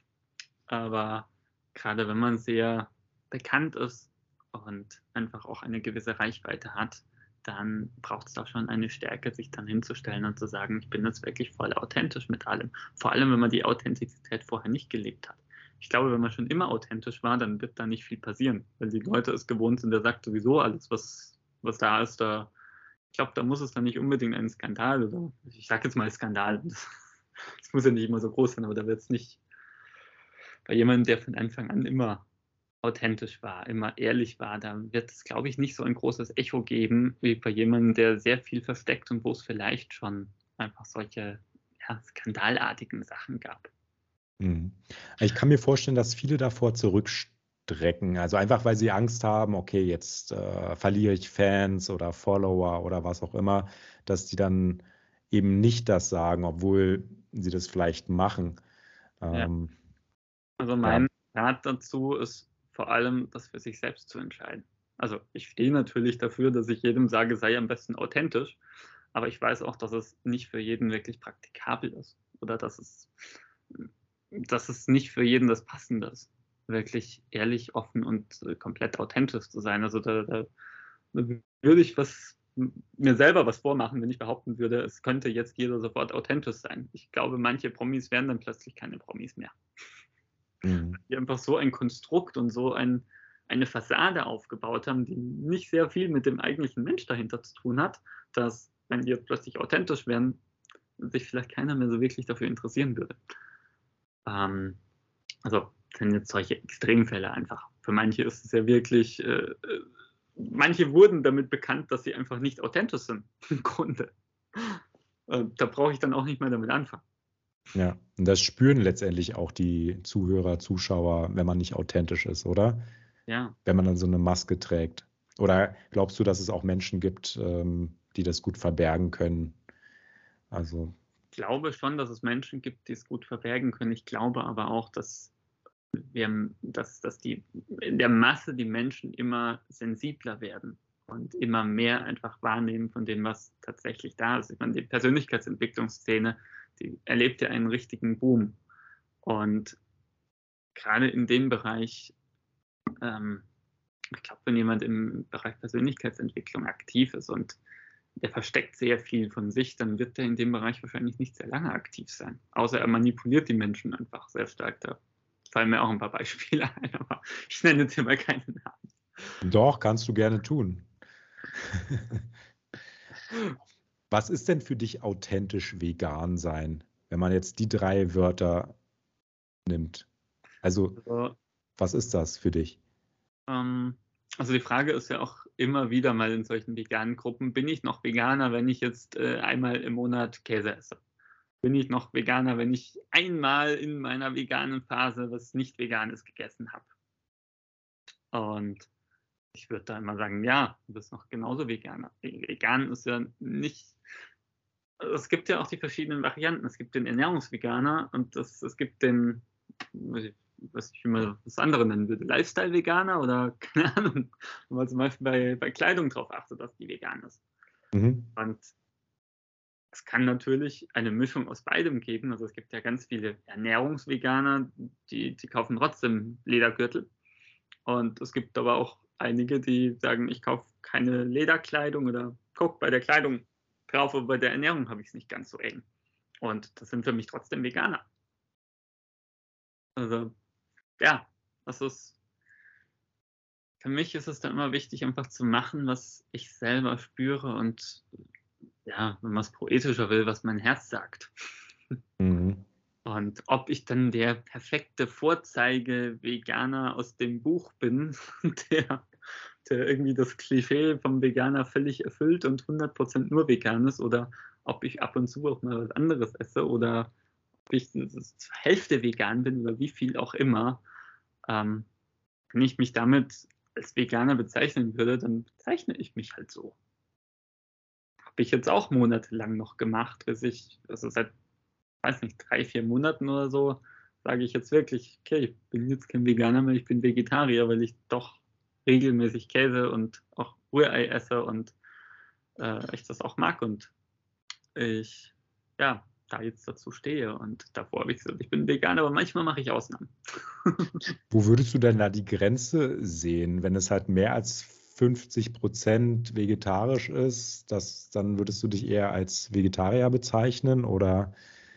aber gerade wenn man sehr bekannt ist und einfach auch eine gewisse Reichweite hat, dann braucht es da schon eine Stärke, sich dann hinzustellen und zu sagen, ich bin jetzt wirklich voll authentisch mit allem. Vor allem, wenn man die Authentizität vorher nicht gelebt hat. Ich glaube, wenn man schon immer authentisch war, dann wird da nicht viel passieren, weil die Leute es gewohnt sind, der sagt sowieso alles, was da ist, da, ich glaube, da muss es dann nicht unbedingt einen Skandal oder, ich sage jetzt mal Skandal, das muss ja nicht immer so groß sein, aber da wird es nicht bei jemandem, der von Anfang an immer authentisch war, immer ehrlich war, da wird es, glaube ich, nicht so ein großes Echo geben, wie bei jemandem, der sehr viel versteckt und wo es vielleicht schon einfach solche skandalartigen Sachen gab. Ich kann mir vorstellen, dass viele davor zurückstrecken. Also einfach, weil sie Angst haben, okay, jetzt verliere ich Fans oder Follower oder was auch immer, dass die dann eben nicht das sagen, obwohl sie das vielleicht machen. Ja. Also mein Rat dazu ist vor allem, das für sich selbst zu entscheiden. Also ich stehe natürlich dafür, dass ich jedem sage, sei am besten authentisch, aber ich weiß auch, dass es nicht für jeden wirklich praktikabel ist oder dass es nicht für jeden das Passende ist, wirklich ehrlich, offen und komplett authentisch zu sein. Also da würde ich mir selber was vormachen, wenn ich behaupten würde, es könnte jetzt jeder sofort authentisch sein. Ich glaube, manche Promis wären dann plötzlich keine Promis mehr. Die einfach so ein Konstrukt und so eine Fassade aufgebaut haben, die nicht sehr viel mit dem eigentlichen Mensch dahinter zu tun hat, dass, wenn die jetzt plötzlich authentisch wären, sich vielleicht keiner mehr so wirklich dafür interessieren würde. Also sind jetzt solche Extremfälle einfach. Für manche ist es ja wirklich, manche wurden damit bekannt, dass sie einfach nicht authentisch sind, im Grunde. Da brauche ich dann auch nicht mehr damit anfangen. Ja, und das spüren letztendlich auch die Zuhörer, Zuschauer, wenn man nicht authentisch ist, oder? Ja. Wenn man dann so eine Maske trägt. Oder glaubst du, dass es auch Menschen gibt, die das gut verbergen können? Also ich glaube schon, dass es Menschen gibt, die es gut verbergen können. Ich glaube aber auch, dass die in der Masse die Menschen immer sensibler werden und immer mehr einfach wahrnehmen von dem, was tatsächlich da ist. Ich meine, die Persönlichkeitsentwicklungsszene, die erlebt ja einen richtigen Boom. Und gerade in dem Bereich, ich glaube, wenn jemand im Bereich Persönlichkeitsentwicklung aktiv ist und der versteckt sehr viel von sich, dann wird er in dem Bereich wahrscheinlich nicht sehr lange aktiv sein. Außer er manipuliert die Menschen einfach sehr stark. Da fallen mir auch ein paar Beispiele ein, aber ich nenne jetzt hier mal keine Namen. Doch, kannst du gerne tun. Was ist denn für dich authentisch vegan sein, wenn man jetzt die 3 Wörter nimmt? Also, was ist das für dich? Also die Frage ist ja auch immer wieder mal in solchen veganen Gruppen, bin ich noch Veganer, wenn ich jetzt einmal im Monat Käse esse? Bin ich noch Veganer, wenn ich einmal in meiner veganen Phase was nicht Veganes gegessen habe? Und ich würde da immer sagen, ja, du bist noch genauso Veganer. Vegan ist ja nicht, es gibt ja auch die verschiedenen Varianten. Es gibt den Ernährungsveganer und es gibt den, was ich immer das andere nennen würde, Lifestyle-Veganer oder keine Ahnung, wenn man zum Beispiel bei Kleidung drauf achtet, dass die vegan ist. Und es kann natürlich eine Mischung aus beidem geben. Also es gibt ja ganz viele Ernährungsveganer, die kaufen trotzdem Ledergürtel. Und es gibt aber auch einige, die sagen, ich kaufe keine Lederkleidung oder gucke bei der Kleidung drauf, aber bei der Ernährung habe ich es nicht ganz so eng. Und das sind für mich trotzdem Veganer. Also ja, für mich ist es dann immer wichtig, einfach zu machen, was ich selber spüre und ja, wenn man es poetischer will, was mein Herz sagt. Mhm. Und ob ich dann der perfekte Vorzeige-Veganer aus dem Buch bin, der irgendwie das Klischee vom Veganer völlig erfüllt und 100% nur vegan ist, oder ob ich ab und zu auch mal was anderes esse, oder ob ich zur Hälfte vegan bin oder wie viel auch immer, wenn ich mich damit als Veganer bezeichnen würde, dann bezeichne ich mich halt so. Habe ich jetzt auch monatelang noch gemacht, bis ich, also seit, weiß nicht, 3, 4 Monaten oder so, sage ich jetzt wirklich, okay, ich bin jetzt kein Veganer mehr, ich bin Vegetarier, weil ich doch regelmäßig Käse und auch Rührei esse und ich das auch mag und ich, ja, da jetzt dazu stehe. Und davor habe ich gesagt, ich bin Veganer, aber manchmal mache ich Ausnahmen. Wo würdest du denn da die Grenze sehen, wenn es halt mehr als 50% vegetarisch ist, dann würdest du dich eher als Vegetarier bezeichnen oder?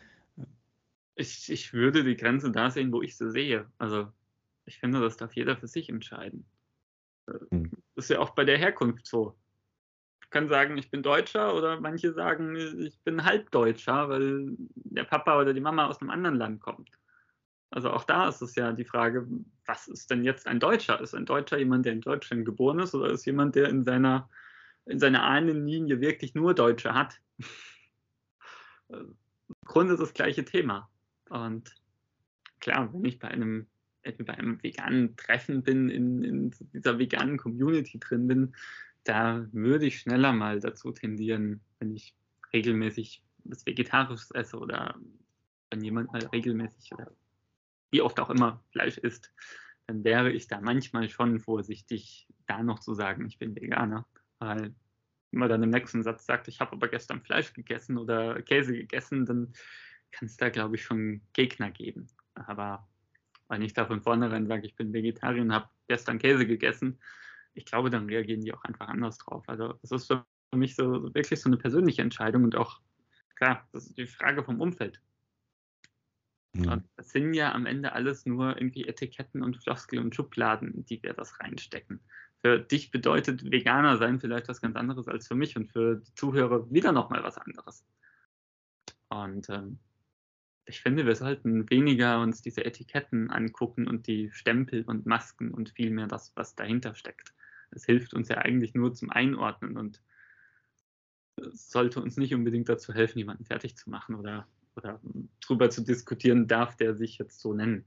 Ich würde die Grenze da sehen, wo ich sie sehe. Also ich finde, das darf jeder für sich entscheiden. Hm. Das ist ja auch bei der Herkunft so. Ich kann sagen, ich bin Deutscher, oder manche sagen, ich bin Halbdeutscher, weil der Papa oder die Mama aus einem anderen Land kommt. Also auch da ist es ja die Frage, was ist denn jetzt ein Deutscher? Ist ein Deutscher jemand, der in Deutschland geboren ist, oder ist jemand, der in seiner Ahnenlinie wirklich nur Deutsche hat? Im Grunde ist das gleiche Thema. Und klar, wenn ich bei einem veganen Treffen bin, in dieser veganen Community drin bin, da würde ich schneller mal dazu tendieren, wenn ich regelmäßig was Vegetarisches esse oder wenn jemand mal regelmäßig oder wie oft auch immer Fleisch isst, dann wäre ich da manchmal schon vorsichtig, da noch zu sagen, ich bin Veganer, weil wenn man dann im nächsten Satz sagt, ich habe aber gestern Fleisch gegessen oder Käse gegessen, dann kann es da, glaube ich, schon Gegner geben. Aber wenn ich da von vornherein sage, ich bin Vegetarier und habe gestern Käse gegessen, ich glaube, dann reagieren die auch einfach anders drauf. Also das ist für mich so wirklich so eine persönliche Entscheidung und auch, klar, das ist die Frage vom Umfeld. Und das sind ja am Ende alles nur irgendwie Etiketten und Floskeln und Schubladen, in die wir das reinstecken. Für dich bedeutet Veganer sein vielleicht was ganz anderes als für mich und für die Zuhörer wieder nochmal was anderes. Und ich finde, wir sollten weniger uns diese Etiketten angucken und die Stempel und Masken und vielmehr das, was dahinter steckt. Es hilft uns ja eigentlich nur zum Einordnen und es sollte uns nicht unbedingt dazu helfen, jemanden fertig zu machen oder darüber zu diskutieren, darf der sich jetzt so nennen.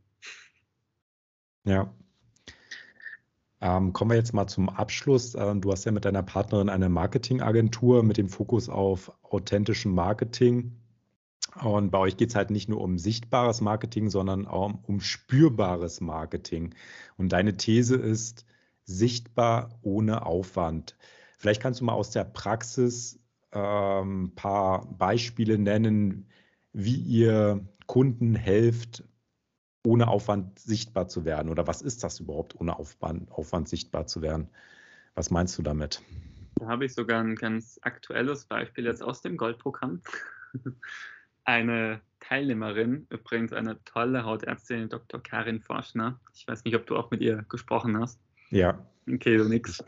Ja. Kommen wir jetzt mal zum Abschluss. Du hast ja mit deiner Partnerin eine Marketingagentur mit dem Fokus auf authentischem Marketing. Und bei euch geht es halt nicht nur um sichtbares Marketing, sondern auch um spürbares Marketing. Und deine These ist sichtbar ohne Aufwand. Vielleicht kannst du mal aus der Praxis ein paar Beispiele nennen, wie ihr Kunden helft, ohne Aufwand sichtbar zu werden. Oder was ist das überhaupt, ohne Aufwand sichtbar zu werden? Was meinst du damit? Da habe ich sogar ein ganz aktuelles Beispiel jetzt aus dem Goldprogramm. Eine Teilnehmerin, übrigens eine tolle Hautärztin, Dr. Karin Forschner. Ich weiß nicht, ob du auch mit ihr gesprochen hast. Ja. Okay, so nix.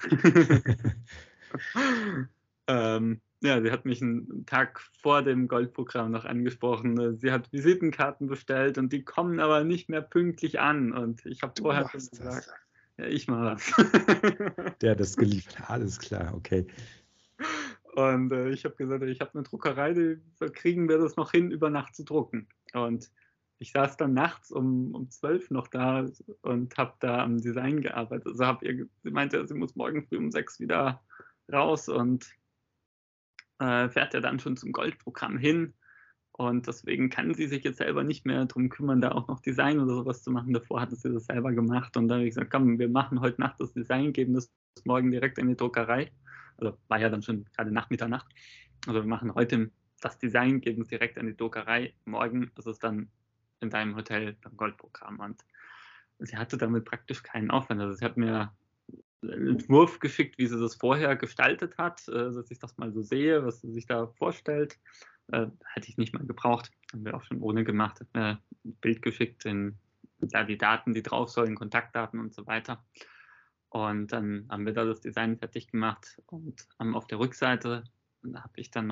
Ja, sie hat mich einen Tag vor dem Goldprogramm noch angesprochen. Sie hat Visitenkarten bestellt und die kommen aber nicht mehr pünktlich an. Und ich habe vorher schon gesagt, ja, ich mache das. Der hat das geliefert, alles klar, okay. Und ich habe gesagt, ich habe eine Druckerei, da kriegen wir das noch hin, über Nacht zu drucken. Und ich saß dann nachts um 12 noch da und habe da am Design gearbeitet. Also sie meinte, sie muss morgen früh um 6 wieder raus und fährt ja dann schon zum Goldprogramm hin. Und deswegen kann sie sich jetzt selber nicht mehr darum kümmern, da auch noch Design oder sowas zu machen. Davor hatte sie das selber gemacht. Und dann habe ich gesagt, komm, wir machen heute Nacht das Design, geben das morgen direkt in die Druckerei. Also war ja dann schon gerade nach Mitternacht. Also wir machen heute das Design, geben es direkt an die Druckerei. Morgen ist es dann in deinem Hotel beim Goldprogramm. Und sie hatte damit praktisch keinen Aufwand. Also sie hat mir einen Entwurf geschickt, wie sie das vorher gestaltet hat, dass ich das mal so sehe, was sie sich da vorstellt. Hätte ich nicht mal gebraucht. Haben wir auch schon ohne gemacht. Hat mir ein Bild geschickt, die Daten, die drauf sollen, Kontaktdaten und so weiter. Und dann haben wir da das Design fertig gemacht und auf der Rückseite habe ich dann noch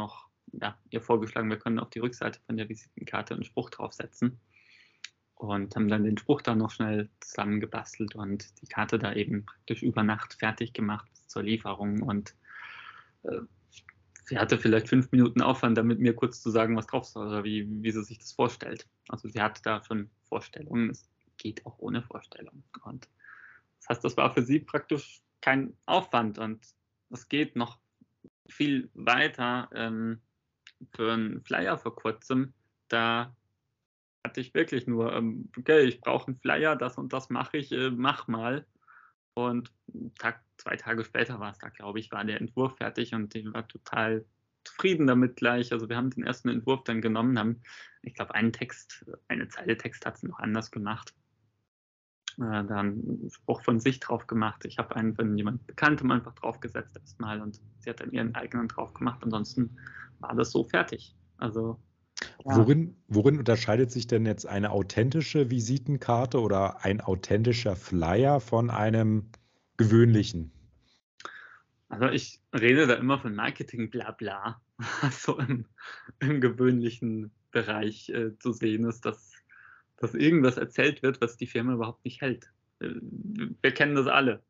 ihr vorgeschlagen, wir können auf die Rückseite von der Visitenkarte einen Spruch draufsetzen. Und haben dann den Spruch da noch schnell zusammengebastelt und die Karte da eben praktisch über Nacht fertig gemacht bis zur Lieferung. Und sie hatte vielleicht 5 Minuten Aufwand, damit mir kurz zu sagen, was drauf soll oder wie sie sich das vorstellt. Also sie hatte da schon Vorstellungen. Es geht auch ohne Vorstellung. Und das heißt, das war für sie praktisch kein Aufwand. Und es geht noch viel weiter. Für einen Flyer vor kurzem, da hatte ich wirklich nur, okay, ich brauche einen Flyer, das und das mache ich, mach mal. Und 2 Tage später war es da, glaube ich, war der Entwurf fertig und ich war total zufrieden damit gleich. Also wir haben den ersten Entwurf dann genommen, haben, ich glaube, eine Zeile Text hat sie noch anders gemacht. Dann einen Spruch von sich drauf gemacht. Ich habe einen von jemandem Bekanntem einfach draufgesetzt erstmal und sie hat dann ihren eigenen drauf gemacht. Ansonsten war das so fertig. Also ja. Worin unterscheidet sich denn jetzt eine authentische Visitenkarte oder ein authentischer Flyer von einem gewöhnlichen? Also ich rede da immer von Marketing Blabla, was so im gewöhnlichen Bereich zu sehen ist, dass irgendwas erzählt wird, was die Firma überhaupt nicht hält. Wir kennen das alle.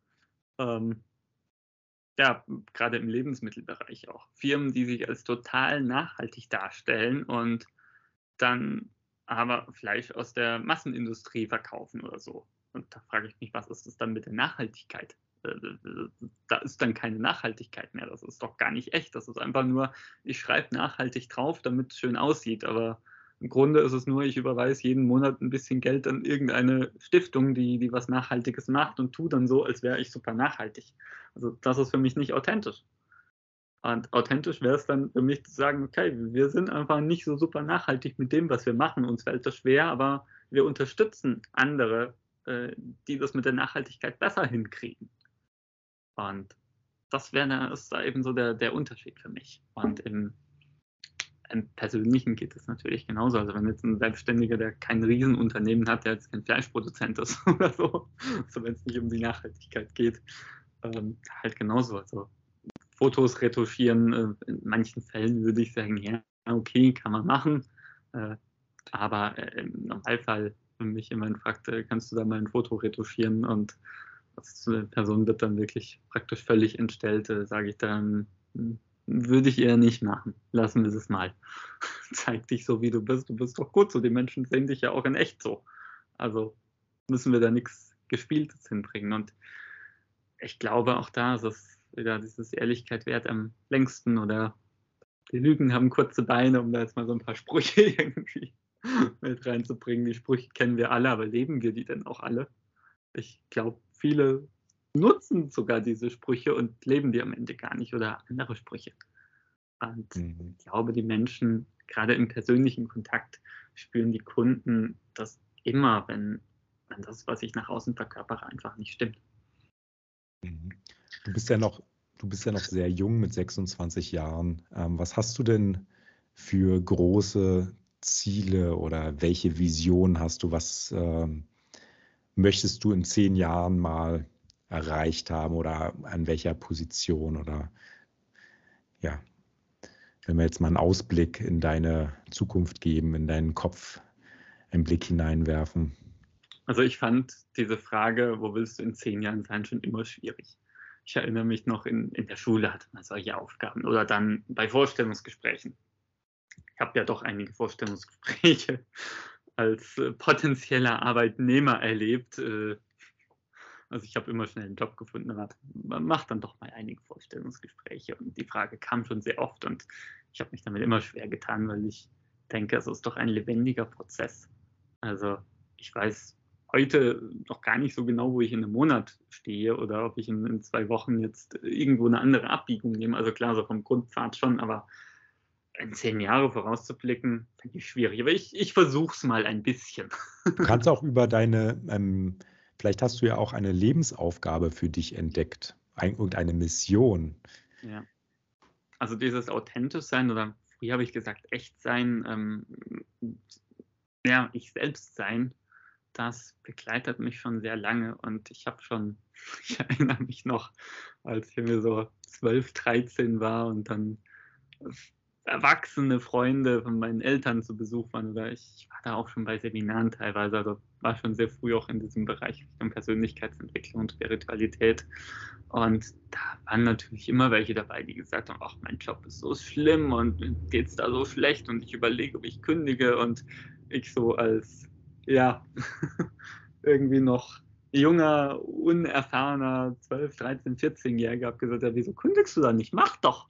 Ja, gerade im Lebensmittelbereich auch. Firmen, die sich als total nachhaltig darstellen und dann aber Fleisch aus der Massenindustrie verkaufen oder so. Und da frage ich mich, was ist das dann mit der Nachhaltigkeit? Da ist dann keine Nachhaltigkeit mehr. Das ist doch gar nicht echt. Das ist einfach nur, ich schreibe nachhaltig drauf, damit es schön aussieht. Aber im Grunde ist es nur, ich überweise jeden Monat ein bisschen Geld an irgendeine Stiftung, die was Nachhaltiges macht und tue dann so, als wäre ich super nachhaltig. Also das ist für mich nicht authentisch. Und authentisch wäre es dann für mich zu sagen, okay, wir sind einfach nicht so super nachhaltig mit dem, was wir machen. Uns fällt das schwer, aber wir unterstützen andere, die das mit der Nachhaltigkeit besser hinkriegen. Und das ist da eben so der Unterschied für mich. Und im Persönlichen geht es natürlich genauso. Also wenn jetzt ein Selbstständiger, der kein Riesenunternehmen hat, der jetzt kein Fleischproduzent ist oder so, wenn es nicht um die Nachhaltigkeit geht, halt genauso. Also Fotos retuschieren, in manchen Fällen würde ich sagen, ja, okay, kann man machen. Aber im Normalfall, wenn mich jemand fragt, kannst du da mal ein Foto retuschieren und die Person wird dann wirklich praktisch völlig entstellt, sage ich dann, würde ich eher nicht machen. Lassen wir es mal. Zeig dich so, wie du bist. Du bist doch gut so. Die Menschen sehen dich ja auch in echt so. Also müssen wir da nichts Gespieltes hinbringen. Und ich glaube, auch da ist es wieder dieses Ehrlichkeit wert am längsten oder die Lügen haben kurze Beine, um da jetzt mal so ein paar Sprüche irgendwie mit reinzubringen. Die Sprüche kennen wir alle, aber leben wir die denn auch alle? Ich glaube, viele nutzen sogar diese Sprüche und leben die am Ende gar nicht oder andere Sprüche. Und ich glaube, die Menschen, gerade im persönlichen Kontakt, spüren die Kunden das immer, wenn das, was ich nach außen verkörpere, einfach nicht stimmt. Du bist ja noch sehr jung mit 26 Jahren. Was hast du denn für große Ziele oder welche Vision hast du? Was möchtest du in 10 Jahren mal erreicht haben oder an welcher Position? Oder ja, wenn wir jetzt mal einen Ausblick in deine Zukunft geben, in deinen Kopf einen Blick hineinwerfen. Also ich fand diese Frage, wo willst du in 10 Jahren sein, schon immer schwierig. Ich erinnere mich noch, in der Schule hatte man solche Aufgaben oder dann bei Vorstellungsgesprächen. Ich habe ja doch einige Vorstellungsgespräche als potenzieller Arbeitnehmer erlebt. Also ich habe immer schnell einen Job gefunden, aber man macht dann doch mal einige Vorstellungsgespräche und die Frage kam schon sehr oft und ich habe mich damit immer schwer getan, weil ich denke, es ist doch ein lebendiger Prozess. Also ich weiß heute noch gar nicht so genau, wo ich in einem Monat stehe oder ob ich in 2 Wochen jetzt irgendwo eine andere Abbiegung nehme. Also klar, so vom Grundpfad schon, aber in 10 Jahre vorauszublicken, finde ich schwierig. Aber ich versuche es mal ein bisschen. Du kannst auch über deine, vielleicht hast du ja auch eine Lebensaufgabe für dich entdeckt, irgendeine Mission. Ja. Also dieses authentisch sein oder früher habe ich gesagt echt sein, ja, ich selbst sein, das begleitet mich schon sehr lange und ich erinnere mich noch, als ich mir so 12, 13 war und dann erwachsene Freunde von meinen Eltern zu Besuch waren, oder ich war da auch schon bei Seminaren teilweise, also war schon sehr früh auch in diesem Bereich Richtung Persönlichkeitsentwicklung und Spiritualität. Und da waren natürlich immer welche dabei, die gesagt haben, ach, mein Job ist so schlimm und geht's da so schlecht und ich überlege, ob ich kündige, und ich so als, ja, irgendwie noch junger, unerfahrener 12, 13, 14-Jähriger habe gesagt, ja, wieso kündigst du da nicht? Mach doch!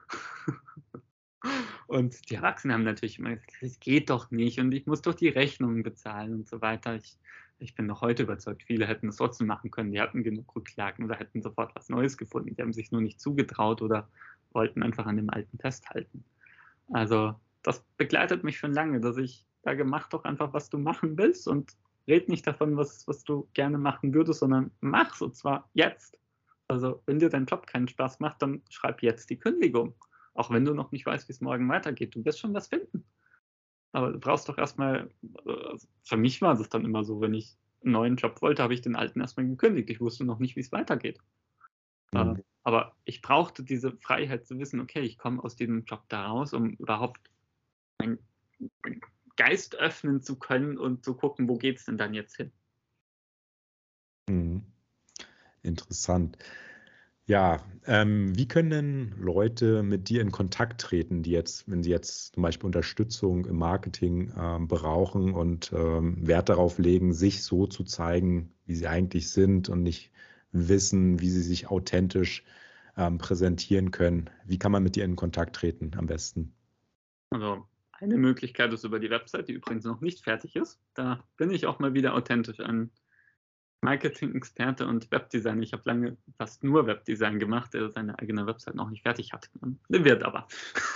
Und die Erwachsenen haben natürlich immer gesagt, das geht doch nicht und ich muss doch die Rechnungen bezahlen und so weiter. Ich bin noch heute überzeugt, viele hätten es trotzdem machen können. Die hatten genug Rücklagen oder hätten sofort was Neues gefunden. Die haben sich nur nicht zugetraut oder wollten einfach an dem Alten festhalten. Also das begleitet mich schon lange, dass ich sage, mach doch einfach, was du machen willst und red nicht davon, was du gerne machen würdest, sondern mach's, und zwar jetzt. Also wenn dir dein Job keinen Spaß macht, dann schreib jetzt die Kündigung. Auch wenn du noch nicht weißt, wie es morgen weitergeht. Du wirst schon was finden. Aber du brauchst doch erstmal, für mich war das dann immer so, wenn ich einen neuen Job wollte, habe ich den alten erstmal gekündigt. Ich wusste noch nicht, wie es weitergeht. Mhm. Aber ich brauchte diese Freiheit zu wissen, okay, ich komme aus diesem Job da raus, um überhaupt meinen Geist öffnen zu können und zu gucken, wo geht es denn dann jetzt hin. Mhm. Interessant. Ja, wie können denn Leute mit dir in Kontakt treten, die jetzt, wenn sie jetzt zum Beispiel Unterstützung im Marketing brauchen und Wert darauf legen, sich so zu zeigen, wie sie eigentlich sind und nicht wissen, wie sie sich authentisch präsentieren können? Wie kann man mit dir in Kontakt treten am besten? Also eine Möglichkeit ist über die Website, die übrigens noch nicht fertig ist. Da bin ich auch mal wieder authentisch ein Marketing-Experte und Webdesigner. Ich habe lange fast nur Webdesign gemacht, der seine eigene Website noch nicht fertig hat. Der wird aber.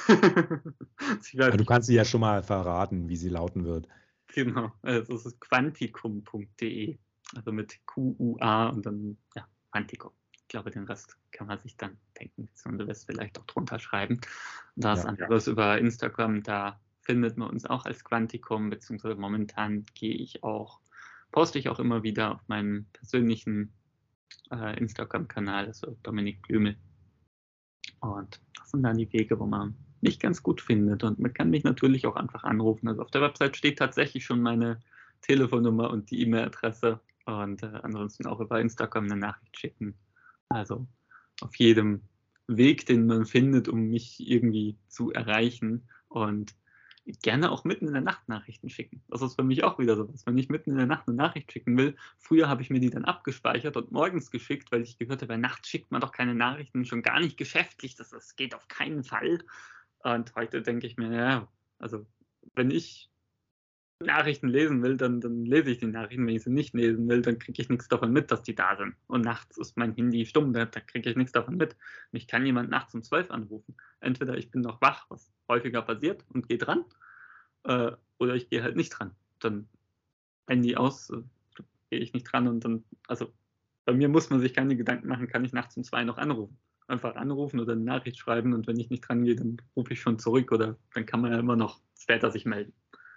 Du kannst sie ja schon mal verraten, wie sie lauten wird. Genau, also es ist quanticum.de, also mit QUA und dann, ja, Quanticum. Ich glaube, den Rest kann man sich dann denken, und du wirst vielleicht auch drunter schreiben. Das andere ist über Instagram, da findet man uns auch als Quanticum, beziehungsweise momentan poste ich auch immer wieder auf meinem persönlichen Instagram-Kanal, also Dominik Blümel. Und das sind dann die Wege, wo man mich ganz gut findet. Und man kann mich natürlich auch einfach anrufen. Also auf der Website steht tatsächlich schon meine Telefonnummer und die E-Mail-Adresse. Und ansonsten auch über Instagram eine Nachricht schicken. Also auf jedem Weg, den man findet, um mich irgendwie zu erreichen. Und gerne auch mitten in der Nacht Nachrichten schicken. Das ist für mich auch wieder sowas. Wenn ich mitten in der Nacht eine Nachricht schicken will, früher habe ich mir die dann abgespeichert und morgens geschickt, weil ich gehört habe, bei Nacht schickt man doch keine Nachrichten, schon gar nicht geschäftlich, das geht auf keinen Fall. Und heute denke ich mir, ja, also wenn ich Nachrichten lesen will, dann lese ich die Nachrichten. Wenn ich sie nicht lesen will, dann kriege ich nichts davon mit, dass die da sind. Und nachts ist mein Handy stumm, da kriege ich nichts davon mit. Mich kann jemand nachts um 12 anrufen. Entweder ich bin noch wach, was häufiger passiert, und gehe dran, oder ich gehe halt nicht dran. Dann Handy aus, gehe ich nicht dran, und dann, also bei mir muss man sich keine Gedanken machen, kann ich nachts um 2 noch anrufen. Einfach anrufen oder eine Nachricht schreiben, und wenn ich nicht dran gehe, dann rufe ich schon zurück, oder dann kann man ja immer noch später sich melden.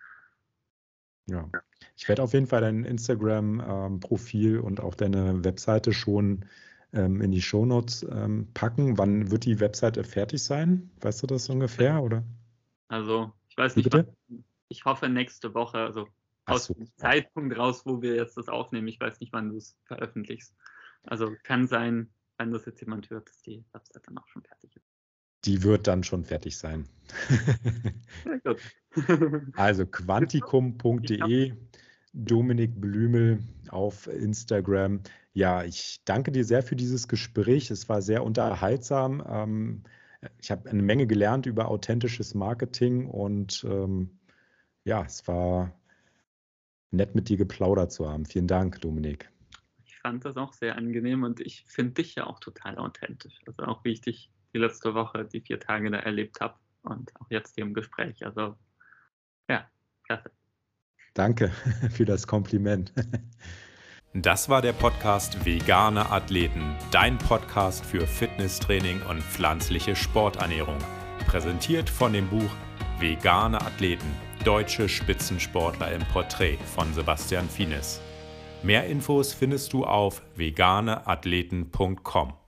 Ja, ich werde auf jeden Fall dein Instagram-Profil und auch deine Webseite schon in die Shownotes packen. Wann wird die Webseite fertig sein? Weißt du das ungefähr, oder? Also, ich weiß nicht, ich hoffe nächste Woche, also aus dem Zeitpunkt raus, wo wir jetzt das aufnehmen. Ich weiß nicht, wann du es veröffentlichst. Also kann sein, wenn das jetzt jemand hört, dass die Webseite dann auch schon fertig ist. Die wird dann schon fertig sein. Ja, gut. Also quanticum.de, Dominik Blümel auf Instagram. Ja, ich danke dir sehr für dieses Gespräch. Es war sehr unterhaltsam. Ich habe eine Menge gelernt über authentisches Marketing und ja, es war nett, mit dir geplaudert zu haben. Vielen Dank, Dominik. Ich fand das auch sehr angenehm und ich finde dich ja auch total authentisch. Also auch wie ich dich die letzte Woche, die 4 Tage da erlebt habe und auch jetzt hier im Gespräch. Also ja, klasse. Danke für das Kompliment. Das war der Podcast Vegane Athleten, dein Podcast für Fitnesstraining und pflanzliche Sporternährung. Präsentiert von dem Buch Vegane Athleten, deutsche Spitzensportler im Porträt von Sebastian Fienes. Mehr Infos findest du auf veganeathleten.com.